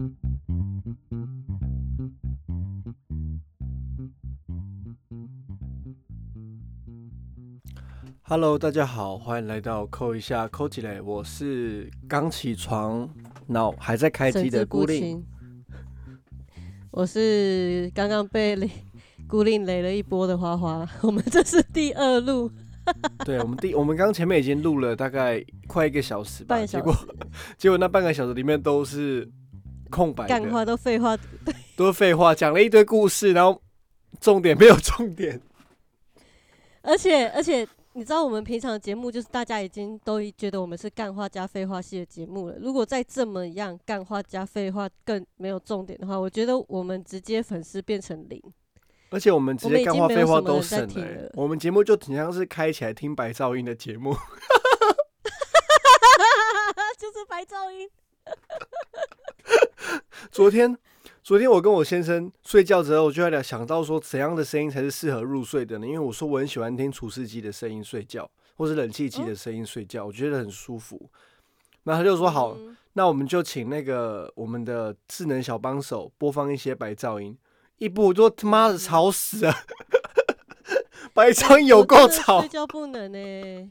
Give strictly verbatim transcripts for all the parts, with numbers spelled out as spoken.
Hello，大家好，欢迎来到扣一下扣起来，我是刚起床，脑还在开机的孤令。 我是刚刚被孤令雷了一波的花花，我们这是第二录。 对，我们第我们刚前面已经录了大概快一个小时吧， 半小时结果结果那半个小时里面都是空白的， 干话都废话， 都是废话，讲了一堆故事，然后重点没有重点。 而且而且你知道我们平常的节目就是大家已经都觉得我们是干话加废话系的节目了，如果再这么样干话加废话更没有重点的话，我觉得我们直接粉丝变成零。 而且我们直接干话废话都省了、 了、 欸，我们节目就挺像是开起来听白噪音的节目， 就是白噪音。 昨天，昨天我跟我先生睡觉之后，我就在想到说，怎样的声音才是适合入睡的呢？因为我说我很喜欢听除湿机的声音睡觉，或是冷气机的声音睡觉，我觉得很舒服。那他就说好， 嗯、 那我们就请那个我们的智能小帮手播放一些白噪音。一播我就他妈的吵死了，白噪音有够吵， 睡觉不能哎、欸，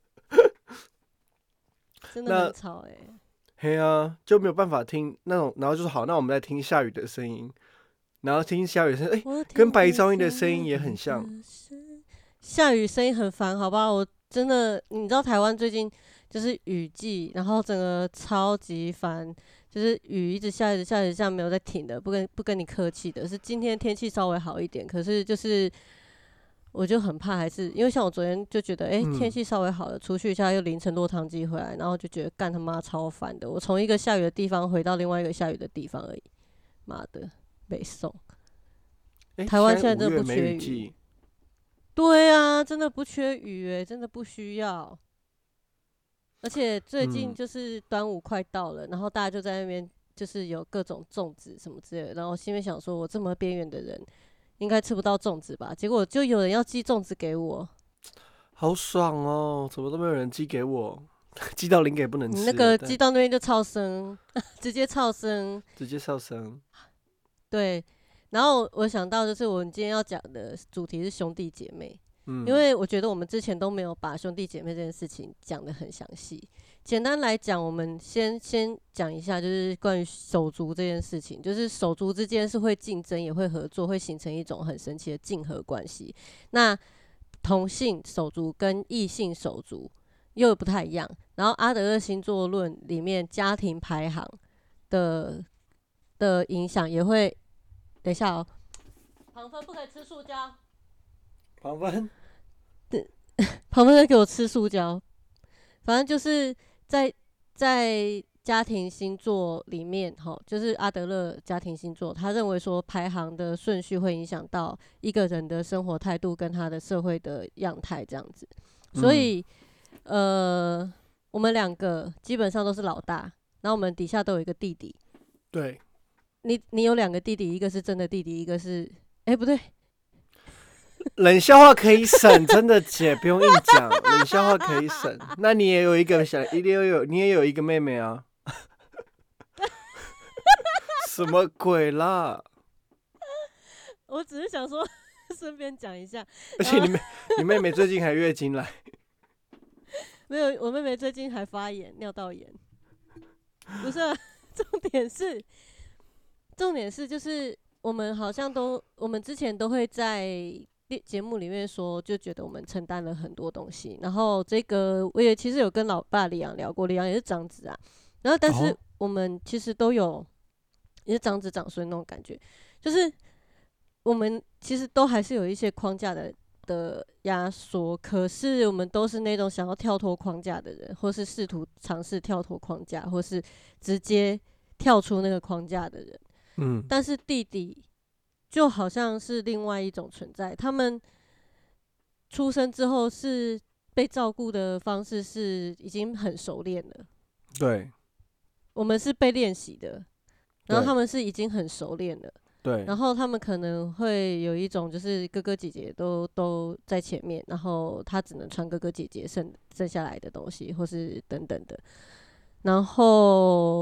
真的很吵哎、欸。 嘿啊，就没有办法听那种，然后就是好，那我们来听下雨的声音，然后听下雨的声音，哎、欸，跟白噪音的声音也很像。 下雨声音很烦，好不好？我真的，你知道台湾最近就是雨季，然后整个超级烦。就是雨一直下，一直下，一直下，没有在停的，不跟不跟你客气的。是今天天气稍微好一点，可是就是我就很怕，还是因为像我昨天就觉得，哎、欸，天气稍微好了，出去一下又凌晨落汤鸡回来，然后就觉得干他妈超烦的。我从一个下雨的地方回到另外一个下雨的地方而已，妈的，北宋。 欸、 台湾现在真的不缺雨，对啊，真的不缺雨哎、欸，真的不需要。而且最近就是端午快到了，嗯、然后大家就在那边就是有各种粽子什么之类的，然后心里想说，我这么边缘的人，应该吃不到粽子吧？结果就有人要寄粽子给我， 好爽哦！怎么都没有人寄给我，寄到零给不能吃。 你那个寄到那边就超生，直接超生， 直接超生。 对，然后我想到就是我们今天要讲的主题是兄弟姐妹。 嗯、 因为我觉得我们之前都没有把兄弟姐妹这件事情讲得很详细。简单来讲，我们先先讲一下，就是关于手足这件事情。就是手足之间是会竞争，也会合作，会形成一种很神奇的竞合关系。那同性手足跟异性手足又不太一样。然后阿德勒星座论里面家庭排行的的影响也会，等一下哦，旁分不可以吃塑胶。 旁分。 旁边在给我吃塑胶，反正就是在在家庭星座里面，就是阿德勒家庭星座，他认为说排行的顺序会影响到一个人的生活态度跟他的社会的样态这样子，所以、嗯、呃，我们两个基本上都是老大，然后我们底下都有一个弟弟。 对， 你你有两个弟弟，一个是真的弟弟，一个是哎、欸、不对。 冷笑话可以省，真的姐不用硬讲，冷笑话可以省。那你也有一个小，一定有，你也有一个妹妹啊？什么鬼啦？ 我只是想说，顺便讲一下。 而且你妹，你妹妹最近还月经来？ 没有，我妹妹最近还发炎，尿道炎。不是、啊，重点是，重点是就是我们好像都，我们之前都会在节目里面说，就觉得我们承担了很多东西。然后这个我也其实有跟老爸李阳聊过，李阳也是长子啊。然后但是我们其实都有，也是长子长孙那种感觉，就是我们其实都还是有一些框架的的压缩，可是我们都是那种想要跳脱框架的人，或是试图尝试跳脱框架，或是直接跳出那个框架的人。 嗯， 但是弟弟就好像是另外一种存在，他们出生之后是被照顾的方式是已经很熟练了， 对， 我们是被练习的，然后他们是已经很熟练了， 对， 然后他们可能会有一种就是哥哥姐姐都都在前面，然后他只能穿哥哥姐姐剩剩下来的东西，或是等等的，然后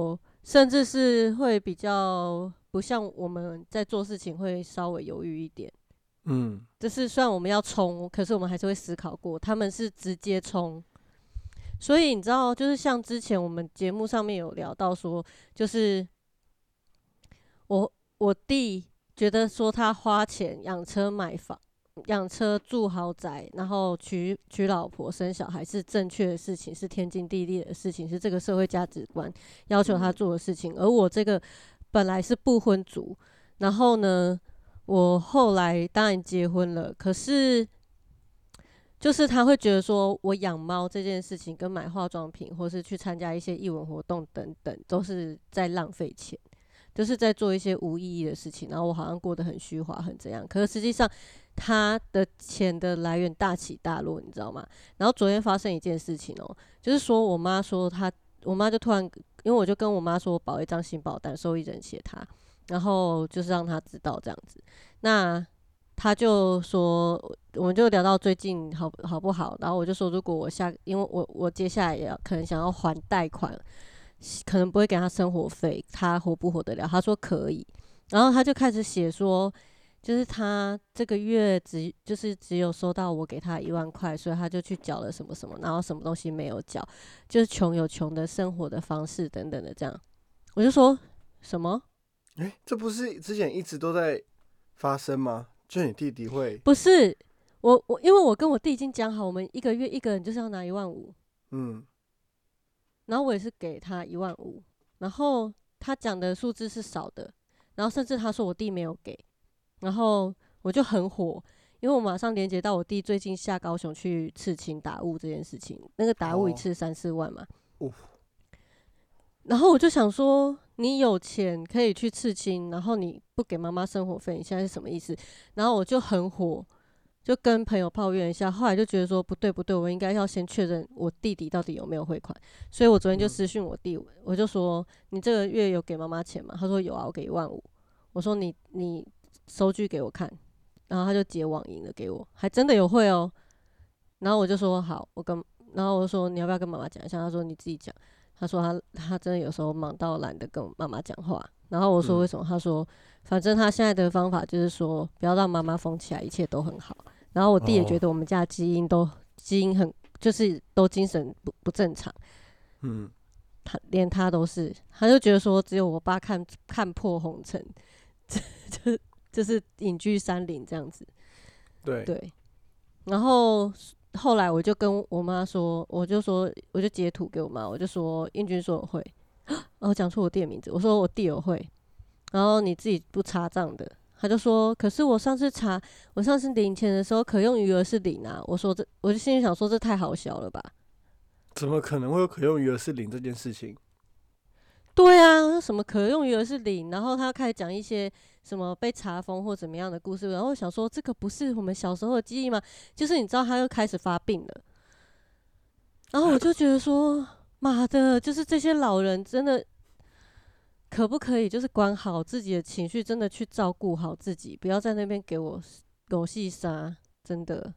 甚至是会比较不像我们在做事情会稍微犹豫一点。 嗯， 就是虽然我们要冲，可是我们还是会思考过，他们是直接冲。所以你知道，就是像之前我们节目上面有聊到说，就是我我弟觉得说他花钱养车买房。养车住豪宅，然后娶娶老婆生小孩是正确的事情，是天经地义的事情，是这个社会价值观要求他做的事情。而我这个本来是不婚族，然后呢，我后来当然结婚了，可是就是他会觉得说我养猫这件事情跟买化妆品或是去参加一些艺文活动等等都是在浪费钱，就是在做一些无意义的事情，然后我好像过得很虚华很怎样，可是实际上他的钱的来源大起大落，你知道吗？然后昨天发生一件事情哦、喔，就是说我妈说她，我妈就突然，因为我就跟我妈说我保一张新保单，受益人写她，然后就是让她知道这样子。那她就说，我们就聊到最近好好不好，然后我就说，如果我下，因为我我接下来也要可能想要还贷款，可能不会给她生活费，她活不活得了？她说可以，然后她就开始写说。就是他这个月只就是只有收到我给他一万块，所以他就去缴了什么什么，然后什么东西没有缴，就是穷有穷的生活的方式等等的这样。我就说什么？ 哎、欸，这不是之前一直都在发生吗？就你弟弟会？ 不是我我因为我跟我弟已经讲好，我们一个月一个人就是要拿一万五， 嗯， 然后我也是给他一万五，然后他讲的数字是少的，然后甚至他说我弟没有给。然后我就很火，因为我马上连接到我弟最近下高雄去刺青打雾这件事情，那个打雾一次三四万嘛。 哦， 然后我就想说，你有钱可以去刺青，然后你不给妈妈生活费，你现在是什么意思？然后我就很火，就跟朋友抱怨一下，后来就觉得说不对不对，我应该要先确认我弟弟到底有没有汇款，所以我昨天就私讯我弟，我就说你这个月有给妈妈钱吗？他说有啊，我给一万五。我说你你。收据给我看，然后他就结网银了给我，还真的有汇哦。然后我就说好，我跟，然后我就说你要不要跟妈妈讲一下？他说你自己讲。他说他他真的有时候忙到懒得跟妈妈讲话。然后我说为什么？他说反正他现在的方法就是说不要让妈妈疯起来，一切都很好。然后我弟也觉得我们家的基因都基因很就是都精神不不正常。 嗯， 他连他都是，他就觉得说只有我爸看看破红尘，就。就是隐居山林这样子， 对对。然后后来我就跟我妈说，我就说我就截图给我妈，我就说英君说我会，哦讲出我弟的名字，我说我弟有会，然后你自己不查账的，他就说可是我上次查，我上次领钱的时候可用余额是零啊，我说这我就心里想说这太好笑了吧？ 怎么可能会有可用余额是零这件事情？ 对啊，什么可用余额是零，然后他开始讲一些什么被查封或怎么样的故事，然后我想说这个不是我们小时候的记忆吗？就是你知道他又开始发病了，然后我就觉得说妈的，就是这些老人真的可不可以就是管好自己的情绪，真的去照顾好自己，不要在那边给我狗戏杀，真的。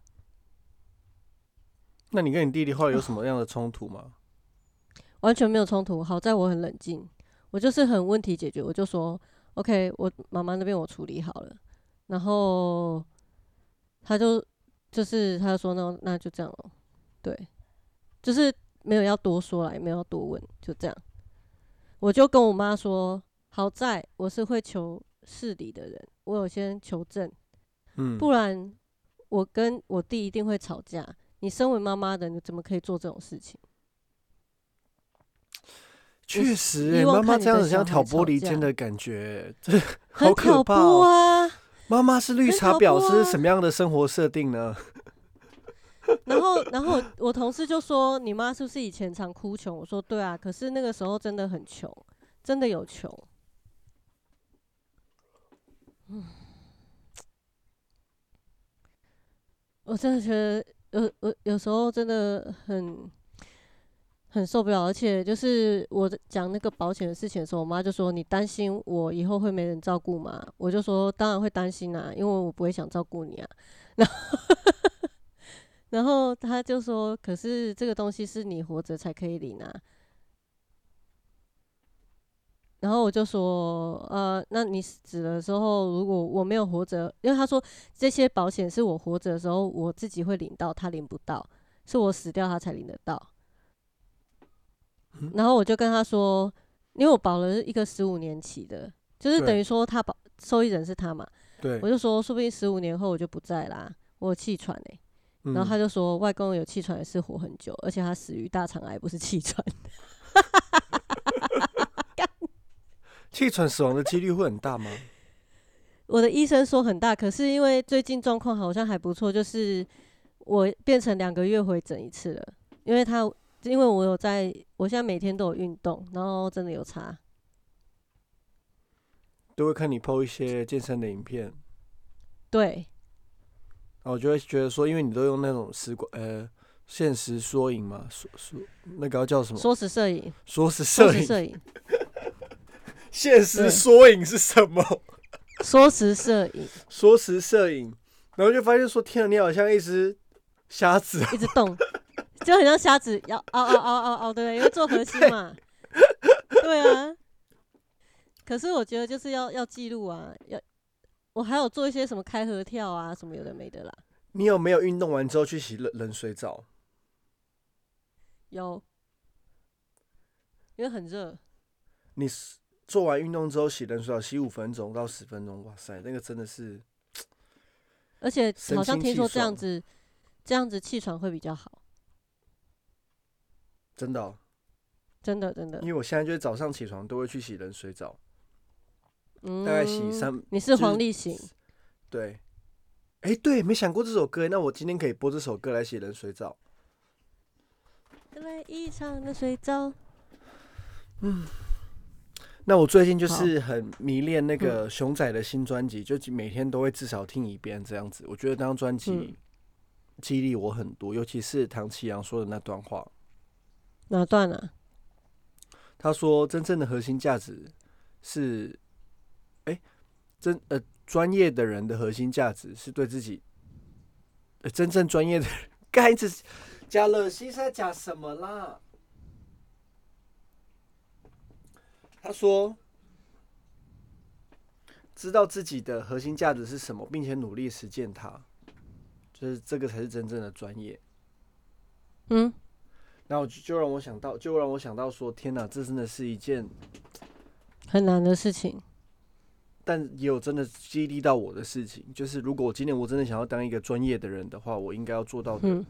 那你跟你弟弟后来有什么样的冲突吗？ 完全没有冲突，好在我很冷静，我就是很问题解决，我就说 OK， 我妈妈那边我处理好了，然后他就就是他就说那那就这样咯，对，就是没有要多说啦，也没有要多问，就这样。我就跟我妈说，好在我是会求事理的人，我有先求证， 嗯， 不然我跟我弟一定会吵架。你身为妈妈的，你怎么可以做这种事情？ 确实、欸，妈妈这样子像挑拨离间的感觉，这好可怕哦、 啊！ 妈妈是绿茶婊，是什么样的生活设定呢？ 然后，然后我同事就说：“你妈是不是以前常哭穷？”我说：“对啊，可是那个时候真的很穷，真的有穷。”嗯，我真的觉得有有有时候真的很很受不了，而且就是我讲那个保险的事情的时候，我妈就说：“你担心我以后会没人照顾吗？”我就说：“当然会担心啊，因为我不会想照顾你啊。”然后。然后他就说：“可是这个东西是你活着才可以领啊。” 然后我就说，呃，那你死的时候，如果我没有活着，因为他说这些保险是我活着的时候我自己会领到，他领不到，是我死掉他才领得到。 嗯， 然后我就跟他说，因为我保了一个十五年期的，就是等对于说他保受益人是他嘛， 对， 我就说说不定十五年后我就不在啦，我有气喘欸。然后嗯， 他就说外公有气喘也是活很久，而且他死于大肠癌，不是气喘。 气喘死亡的几率会很大吗？ 我的医生说很大，可是因为最近状况好像还不错，就是我变成两个月回诊一次了，因为他因为我有在，我现在每天都有运动，然后真的有差。 都会看你 po 一些健身的影片， 对， 然后我就会觉得说，因为你都用那种时光呃现实缩影嘛，缩缩那个要叫什么？ 缩时摄影， 缩时缩摄影， 时摄影， 现实对， 缩影是什么？ 缩时摄影， 缩时摄影，然后就发现说，天啊，你好像一只瞎子。 一直动，就很像瞎子要凹凹凹凹凹，对不对？因为做核心嘛，对啊。可是我觉得就是要要记录啊，要我还有做一些什么开合跳啊，什么有的没的啦。 你有没有运动完之后去洗冷冷水澡？ 有，因为很热。 你做完运动之后洗冷水澡，洗五分钟到十分钟，哇塞，那个真的是而且神清气好像听说这样爽， 子，这样子气喘会比较好， 真的、哦。 真的真的。 因为我现在就是早上起床都会去洗冷水澡，大概洗嗯， 三， 你是就是黄立行， 对，哎、对，没想过这首歌，那我今天可以播这首歌来洗冷水澡。 来一场的水澡。 那我最近就好， 是很迷恋那嗯个熊仔的新专辑，就每天都会至少听一遍这样子。我觉得那张专嗯， 辑激励我很多，尤其是唐启阳说的那段话。 哪段啊？ 他说，真正的核心价值是，哎、真呃专业的人的核心价值是对自己，呃、真正专业的人，该子加了西在讲什么啦？他说，知道自己的核心价值是什么，并且努力实践它，就是这个才是真正的专业。 嗯， 然后就让我想到，就让我想到说，天哪，这真的是一件， 很难的事情。 但也有真的激励到我的事情。就是如果我今年我真的想要当一个专业的人的话，我应该要做到的， 嗯，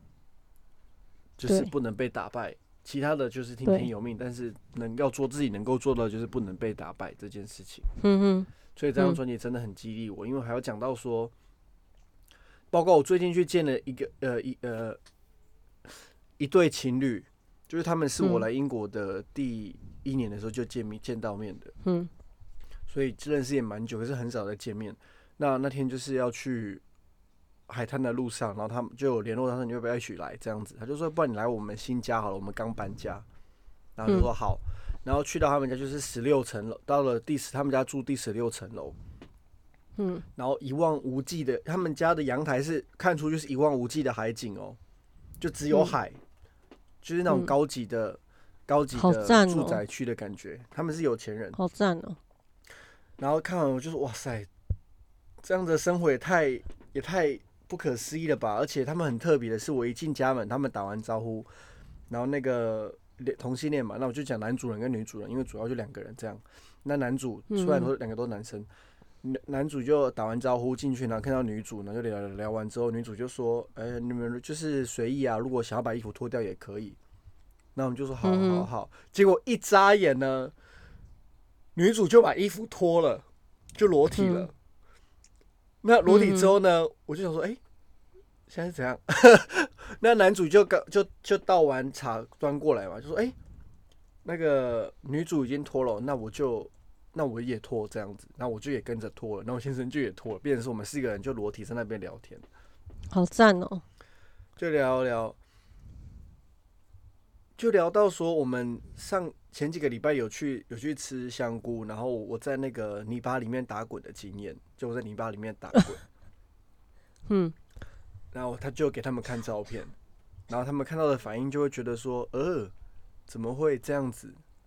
对就是不能被打败。其他的就是听天对， 由命，但是能要做自己能够做到，就是不能被打败这件事情。 嗯哼， 所以这张嗯专辑真的很激励我，因为还要讲到说，包括我最近去见了一个呃一呃一对情侣，就是他们是我嗯来英国的第一年的时候就见面见到面的， 嗯所以认识也蛮久，可是很少再见面。那那天就是要去海滩的路上，然后他们就有联络他说你要不要一起来这样子，他就说不然你来我们新家好了，我们刚搬家，然后就说嗯好，然后去到他们家就是十六层楼，到了第十他们家住第十六层楼， 嗯然后一望无际的，他们家的阳台是看出就是一望无际的海景哦，就只有嗯海，就是那种嗯， 高级的、高级好的赞哦， 住宅区的感觉。他们是有钱人， 好赞哦。 然后看完我就说哇塞，这样的生活也太也太不可思议了吧！而且他们很特别的是，我一进家门，他们打完招呼，然后那个同性恋嘛，那我就讲男主人跟女主人，因为主要就两个人这样。那男主虽然说嗯两个都是男生。男主就打完招呼进去，然后看到女主，然后就聊聊完之后，女主就说：“哎、欸，你们就是随意啊，如果想要把衣服脱掉也可以。”那我们就说：“好好好。”结果一眨眼呢，女主就把衣服脱了，就裸体了。 嗯那裸体之后嗯呢，我就想说：“哎、欸，现在是怎样？”那男主就刚就就倒完茶端过来嘛，就说：“哎、欸，那个女主已经脱了，那我就。”那我也脱这样子，那我就也跟着脱了，那我先生就也脱了，变成是我们四个人就裸体在那边聊天， 好赞哦。 就聊聊，就聊到说我们上前几个礼拜有去有去吃香菇，然后我在那个泥巴里面打滚的经验，就我在泥巴里面打滚， 嗯然后他就给他们看照片，然后他们看到的反应就会觉得说，呃，怎么会这样子？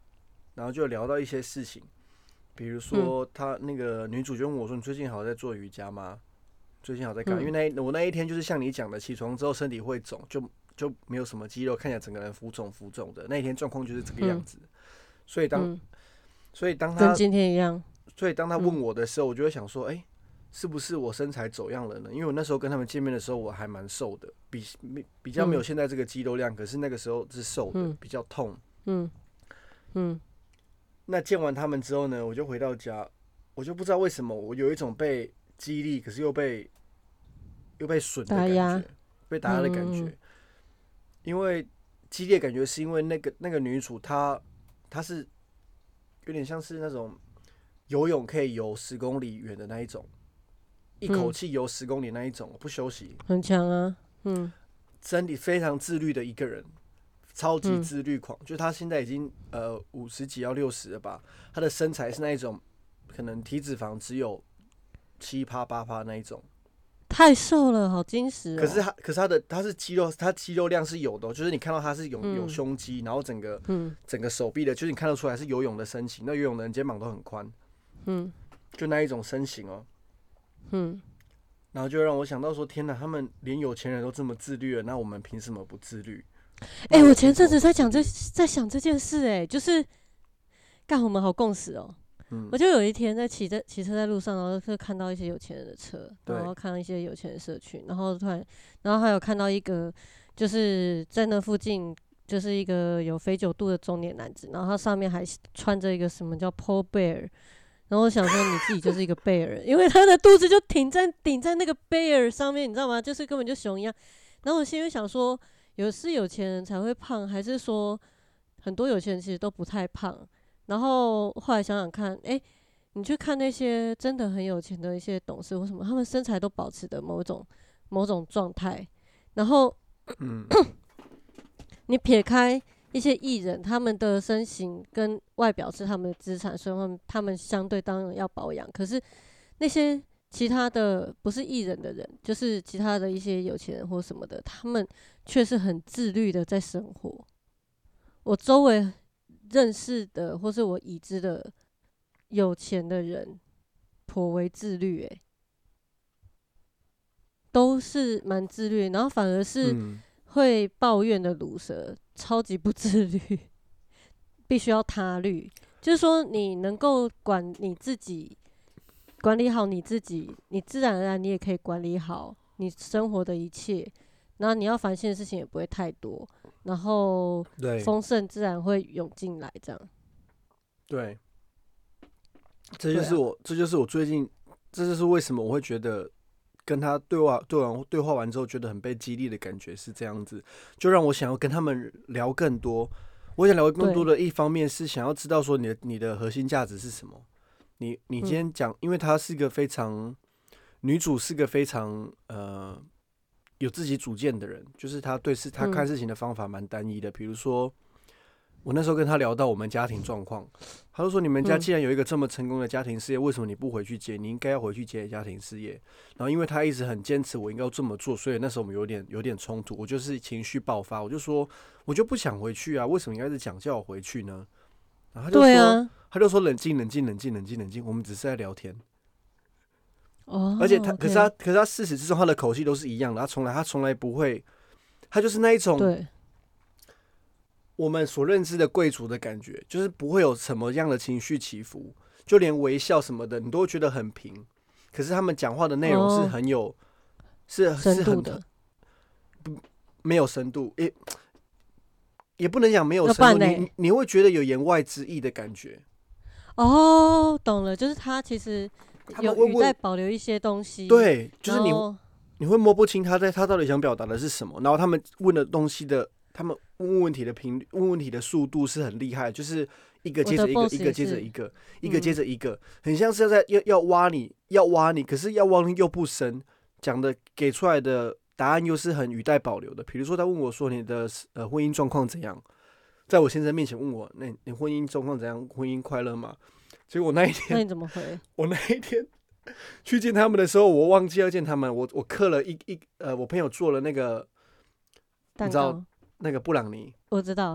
然后就聊到一些事情，比如说他那个女主就问我说：“你最近好在做瑜伽吗？最近好在干嘛？”因为那一我那一天就是像你讲的，起床之后身体会肿，就就没有什么肌肉，看起来整个人浮肿浮肿的。那一天状况就是这个样子，所以当、嗯、所以当他跟今天一样， 所以当他问我的时候，我就会想说：“哎、欸，是不是我身材走样了呢？”因为我那时候跟他们见面的时候，我还蛮瘦的，比比较没有现在这个肌肉量，可是那个时候是瘦的，嗯、比较痛。嗯嗯。那见完他们之后呢，我就回到家，我就不知道为什么我有一种被激励，可是又被又被损的感觉，被打压的感觉。嗯、因为激烈感觉是因为那个那个女主她她是有点像是那种游泳可以游十公里远的那一种，一口气游十公里那一种，不休息， 很强啊。嗯， 身体非常自律的一个人。超级自律狂，嗯、就是他现在已经呃五十几要六十了吧，他的身材是那一种，可能体脂肪只有七趴八趴那一种， 太瘦了，好精实、哦。 可是他，可是他的他是肌肉，他肌肉量是有的、哦，就是你看到他是有、嗯、有胸肌，然后整个、嗯、整个手臂的，就是你看得出来是游泳的身形，那游泳的人肩膀都很宽，嗯，就那一种身形哦，嗯，然后就让我想到说，天哪，他们连有钱人都这么自律了，那我们凭什么不自律？ 哎、欸，我前阵子在讲这，在想这件事、欸，哎，就是干我们好共识哦、喔。嗯、我就有一天在骑在骑车在路上，然后就看到一些有钱人的车，然后看到一些有钱人社区，然后突然，然后还有看到一个就是在那附近，就是一个有肥酒肚的中年男子，然后他上面还穿着一个什么叫 Paul Bear， 然后我想说你自己就是一个贝尔，因为他的肚子就顶在顶在那个贝尔上面，你知道吗？就是根本就熊一样。然后我心里想说。有是有钱人才会胖，还是说很多有钱人其实都不太胖？然后后来想想看，哎、欸，你去看那些真的很有钱的一些董事或什么，他们身材都保持的某种某种状态。然后，嗯、你撇开一些艺人，他们的身形跟外表是他们的资产，所以他们他们相对当然要保养。可是那些其他的不是艺人的人，就是其他的一些有钱人或什么的，他们却是很自律的在生活。我周围认识的或是我已知的有钱的人，颇为自律、欸，都是蛮自律，然后反而是会抱怨的魯蛇，超级不自律，必须要他律。就是说，你能够管你自己。管理好你自己，你自然而然你也可以管理好你生活的一切，然后你要烦心的事情也不会太多，然后丰盛自然会涌进来，这样。 对，这就是我，啊、这就是我最近，这就是为什么我会觉得跟他对话、对完对话完之后，觉得很被激励的感觉是这样子，就让我想要跟他们聊更多。我想聊更多的一方面是想要知道说你的你的核心价值是什么。你你今天讲，因为她是一个非常女主，是个非常呃有自己主见的人，就是她对事她看事情的方法蛮单一的。比如说，我那时候跟她聊到我们家庭状况，她就说：“你们家既然有一个这么成功的家庭事业，为什么你不回去接？你应该要回去接家庭事业。”然后，因为她一直很坚持我应该要这么做，所以那时候我们有点有点冲突。我就是情绪爆发，我就说我就不想回去啊，为什么应该是讲叫我回去呢？然后他就说。对啊，他就说冷静冷静冷静冷静冷静，我们只是在聊天。哦，而且他， okay. 可是他，可是他自始至终他的口气都是一样的，他从来他从来不会，他就是那一种我们所认知的贵族的感觉，就是不会有什么样的情绪起伏，就连微笑什么的，你都会觉得很平。可是他们讲话的内容是很有，哦、是是很的，不没有深度，也也不能讲没有深度，你你会觉得有言外之意的感觉。 哦，懂了，就是他其实有语带保留一些东西， 对，就是你你会摸不清他在他到底想表达的是什么。然后他们问的东西的，他们问问题的频率、问问题的速度是很厉害，就是一个接着一个，一个接着一个，一个接着一个，很像是在要要挖你，要挖你，可是要挖你又不深，讲的给出来的答案又是很语带保留的。比如说他问我说你的呃婚姻状况怎样？在我先生面前问我，那你婚姻状况怎样？婚姻快乐吗？结果我那一天， 那你怎么回？ 我那一天去见他们的时候，我忘记要见他们，我我刻了一一呃，我朋友做了那个，你知道那个布朗尼， 我知道，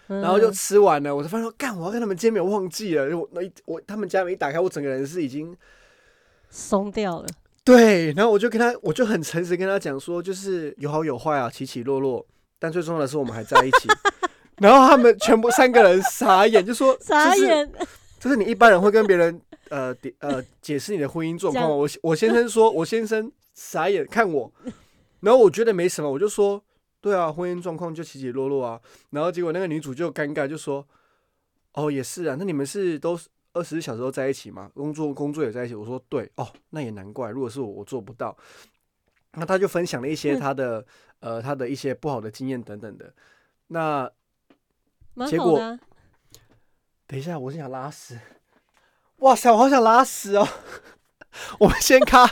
嗯然后就吃完了，我才发现说，干，我要跟他们见面，我忘记了，我我我他们家门一打开，我整个人是已经松掉了。 对，然后我就跟他，我就很诚实跟他讲说，就是有好有坏啊，起起落落，但最重要的是我们还在一起。然后他们全部三个人傻眼，就说傻眼， 就是，就是你一般人会跟别人呃呃解释你的婚姻状况吗？我我先生说，我先生傻眼看我，然后我觉得没什么，我就说对啊，婚姻状况就起起落落啊。然后结果那个女主就尴尬，就说哦也是啊，那你们是都二十四小时都在一起吗？工作工作也在一起？我说对哦，那也难怪，如果是我我做不到。那他就分享了一些他的、嗯、呃他的一些不好的经验等等的。那蛮结果好的啊。 等一下，我是想拉屎。哇塞，我好想拉屎哦！我们先卡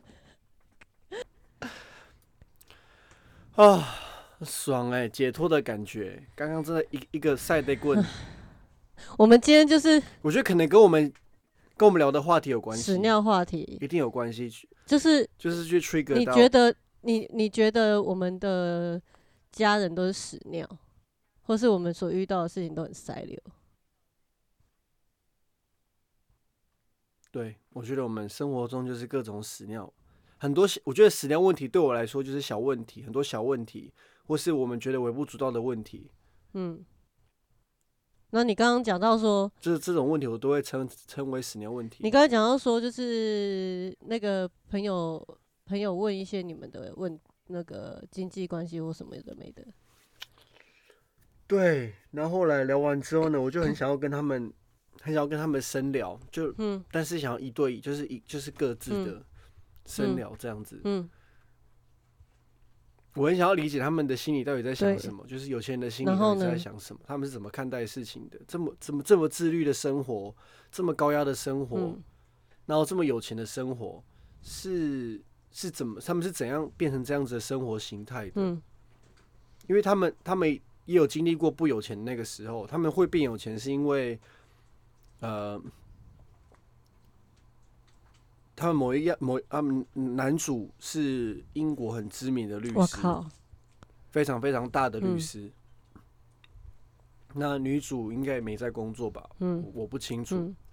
啊，爽哎、欸，解脱的感觉。刚刚真的一一个赛得棍。 我们今天就是我觉得可能跟我们跟我们聊的话题有关系， 屎尿话题， 一定有关系。 就是就是去 trigger 到。 你觉得你你觉得我们的家人都是屎尿，或是我们所遇到的事情都很塞流？ 对，我觉得我们生活中就是各种屎尿，很多我觉得屎尿问题对我来说就是小问题，很多小问题，或是我们觉得微不足道的问题。 嗯，那你刚刚讲到说， 就是这种问题我都会称称为屎尿问题。 你刚才讲到说，就是那个朋友朋友问一些你们的问那个经济关系或什么的没的。 对，然后后来聊完之后呢，我就很想要跟他们，很想要跟他们深聊，就，嗯、但是想要一对一，就是一就是各自的深聊这样子。嗯，嗯我很想要理解他们的心里到底在想什么，就是有钱人的心里到底在想什么，他们是怎么看待事情的？这么这么这么自律的生活，这么高压的生活，嗯、然后这么有钱的生活，是是怎么？他们是怎样变成这样子的生活形态的？嗯，因为他们他们。也有经历过不有钱的那个时候，他们会变有钱是因为，呃，他们某一样某他们男主是英国很知名的律师，非常非常大的律师。嗯、那女主应该也没在工作吧？嗯，我不清楚。嗯、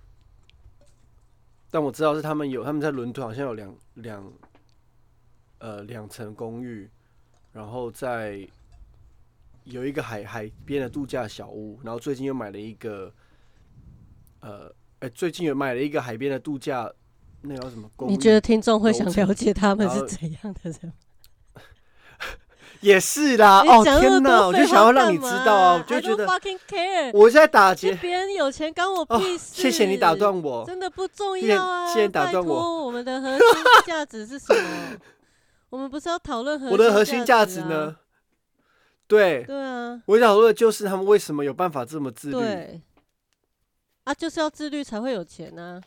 但我知道是他们有他们在伦敦好像有两两呃两层公寓，然后在。有一个海海边的度假小屋，然后最近又买了一个，呃，欸、最近又买了一个海边的度假，那叫什么公寓？ 你觉得听众会想了解他们是怎样的人？ 也是啦，哦天哪，我就想要让你知道啊，我就觉得我在打劫， 别人有钱干我屁事、 哦。谢谢你打断我， 真的不重要啊！ 谢谢你打断我。 我们的核心价值是什么？我们不是要讨论核心、啊？ 我的核心价值呢？对， 对啊， 我想说的就是他们为什么有办法这么自律？ 对，啊，就是要自律才会有钱啊！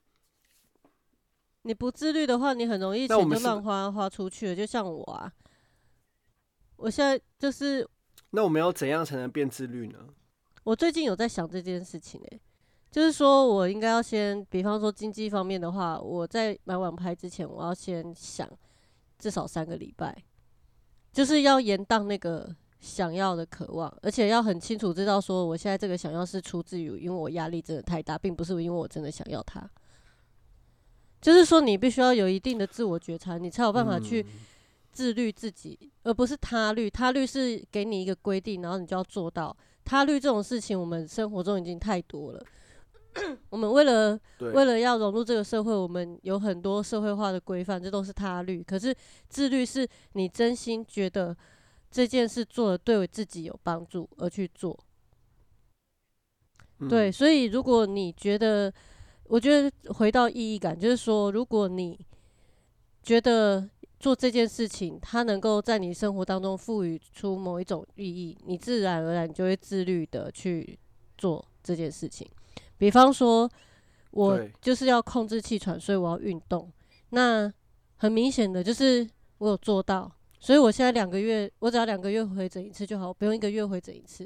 你不自律的话，你很容易钱就乱花花出去了。就像我啊，我现在就是…… 那我们要怎样才能变自律呢？ 我最近有在想这件事情诶、欸，就是说我应该要先，比方说经济方面的话，我在买网拍之前，我要先想至少三个礼拜，就是要延宕那个。想要的渴望，而且要很清楚知道说，我现在这个想要是出自于因为我压力真的太大，并不是因为我真的想要它。就是说，你必须要有一定的自我觉察，你才有办法去自律自己，嗯、而不是他律。他律是给你一个规定，然后你就要做到。他律这种事情，我们生活中已经太多了。我们为了为了要融入这个社会，我们有很多社会化的规范，这都是他律。可是自律是你真心觉得。这件事做的对我自己有帮助而去做，嗯、对，所以如果你觉得，我觉得回到意义感，就是说，如果你觉得做这件事情，它能够在你生活当中赋予出某一种意义，你自然而然就会自律的去做这件事情。比方说，我就是要控制气喘，所以我要运动。那很明显的就是我有做到。所以我现在两个月，我只要两个月回诊一次就好，不用一个月回诊一次。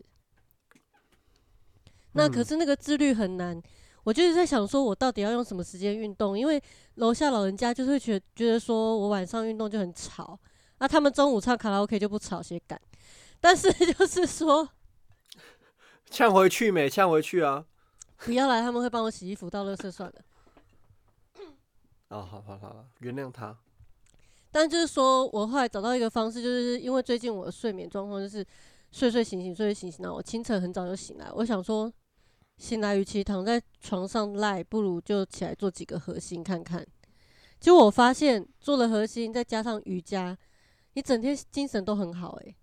那可是那个自律很难，我就是在想说，我到底要用什么时间运动？因为楼下老人家就是会觉觉得说我晚上运动就很吵，那他们中午唱卡拉 OK 就不吵些感。但是就是说， 呛回去没？呛回去啊！ 不要来，他们会帮我洗衣服，倒垃圾算了。 哦，好好好了，原谅他。 但就是说我后来找到一个方式，就是因为最近我的睡眠状况就是睡睡醒醒，睡睡醒醒，然后我清晨很早就醒来。我想说，醒来与其躺在床上赖，不如就起来做几个核心看看。结果我发现做了核心，再加上瑜伽，你整天精神都很好哎、欸。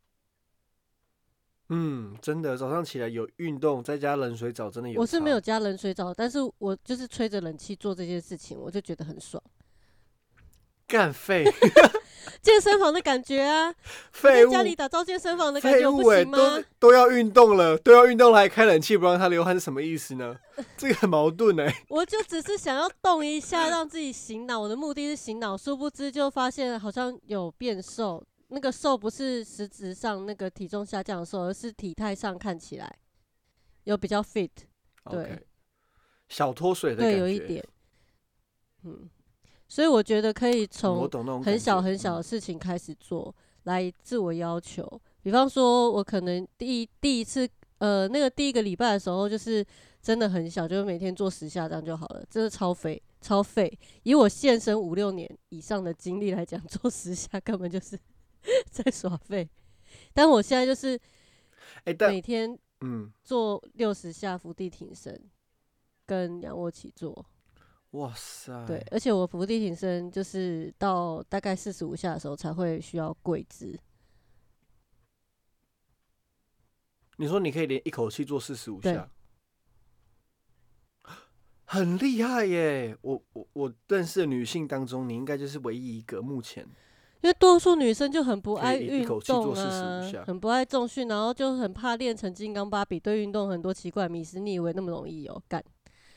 嗯，真的，早上起来有运动，再加冷水澡，真的有差。 我是没有加冷水澡，但是我就是吹着冷气做这件事情，我就觉得很爽。 干废， 健身房的感觉啊， 废物， 在家里打造健身房的感觉，不废物行吗？ 都都要运动了，都要运动了还开冷气不让他流汗是什么意思呢？这个很矛盾哎、欸。 我就只是想要动一下，让自己醒脑。我的目的是醒脑，殊不知就发现好像有变瘦。那个瘦不是实质上那个体重下降的瘦，而是体态上看起来有比较 fit。对， okay, 小脱水的感觉， 对，有一点，嗯。所以我觉得可以从很小很小的事情开始做，来自我要求。比方说，我可能第一第一次，呃，那个第一个礼拜的时候，就是真的很小，就是每天做十下这样就好了，真的超废超废。以我健身五六年以上的经历来讲，做十下根本就是在耍废。但我现在就是每天做六十下伏地挺身跟仰卧起坐。 哇塞！ 对，而且我伏地挺身就是到大概四十五下的时候才会需要跪姿。 你说你可以连一口气做四十五下，很厉害耶！我我我认识的女性当中，你应该就是唯一一个目前。 因为多数女生就很不爱运动啊， 很不爱重训，然后就很怕练成金刚芭比，对运动很多奇怪迷思。你以为那么容易哦？干！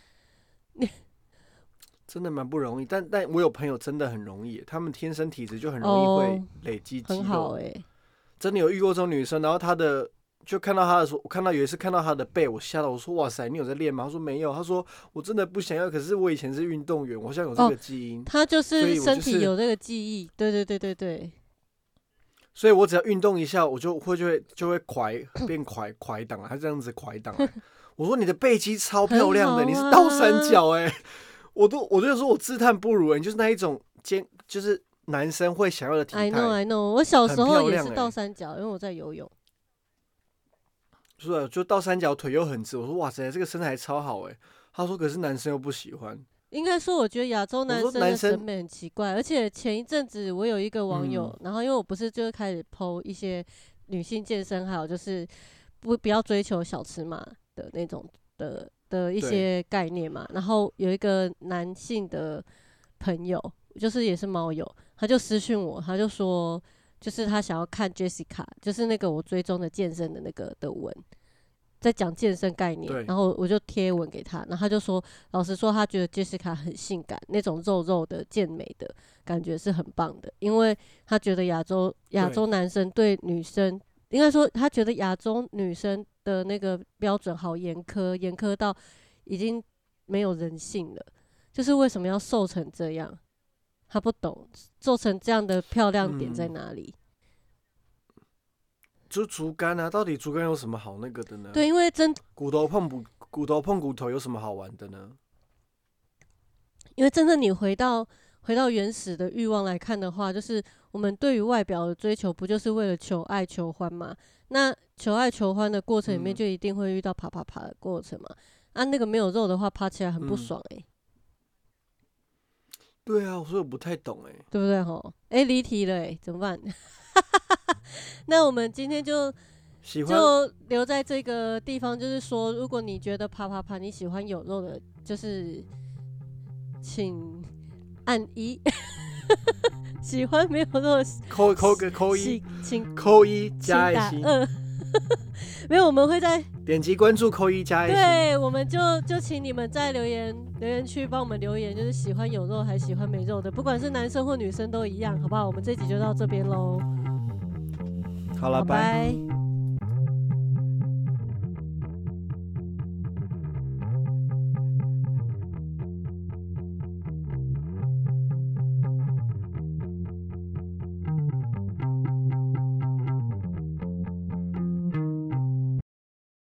真的蛮不容易，但但我有朋友真的很容易，他们天生体质就很容易会累积肌肉， 很好哎、欸， 真的有遇过这种女生，然后她的就看到她的时候，我看到有一次看到她的背，我吓到，我说哇塞，你有在练吗？她说没有，她说我真的不想要，可是我以前是运动员，我好像有这个基因， 她、哦、就是身体有这个记忆，对对对对对， 所以我只要运动一下，我就会就会就会快变快快档了，她这样子快档，我说你的背肌超漂亮的，啊、你是倒三角哎、欸。我都我就说我自叹不如人，就是那一种肩，就是男生会想要的体态。 I know I know， 我小时候也是倒三角，因为我在游泳。 是啊，就倒三角，腿又很直。我说哇塞，这个身材超好哎。他说可是男生又不喜欢。 应该说，我觉得亚洲男生的审美很奇怪，而且前一阵子我有一个网友，嗯、然后因为我不是就开始 po 一些女性健身，还有就是不不要追求小尺码的那种的。的一些概念嘛，然后有一个男性的朋友，就是也是猫友，他就私讯我，他就说，就是他想要看 Jessica， 就是那个我追踪的健身的那个的文，在讲健身概念，然后我就贴文给他，然后他就说，老实说，他觉得 Jessica 很性感，那种肉肉的健美的感觉是很棒的，因为他觉得亚洲亚洲男生对女生，应该说他觉得亚洲女生的那个标准好严苛，严苛到已经没有人性了。就是为什么要瘦成这样？他不懂瘦成这样的漂亮点在哪里。 嗯、就竹竿啊，到底竹竿有什么好那个的呢？ 对，因为真骨头碰骨骨头碰骨头有什么好玩的呢？ 因为真的你回到回到原始的欲望来看的话，就是我们对于外表的追求，不就是为了求爱求欢吗？那求爱求欢的过程里面，就一定会遇到啪啪啪的过程嘛。嗯、啊，那个没有肉的话，啪起来很不爽哎、欸嗯。 对啊，所以我不太懂哎、欸， 对不对吼？哎，离题了哎、欸，怎么办？那我们今天就就留在这个地方，就是说，如果你觉得啪啪啪你喜欢有肉的，就是请按一。喜欢没有肉的， 扣扣个扣一， 请扣一加爱心。 二，没有，我们会在点击关注，扣一加爱心。 对，我们就就请你们在留言留言区帮我们留言，就是喜欢有肉还喜欢没肉的，不管是男生或女生都一样，好不好？我们这集就到这边喽。 好了，拜。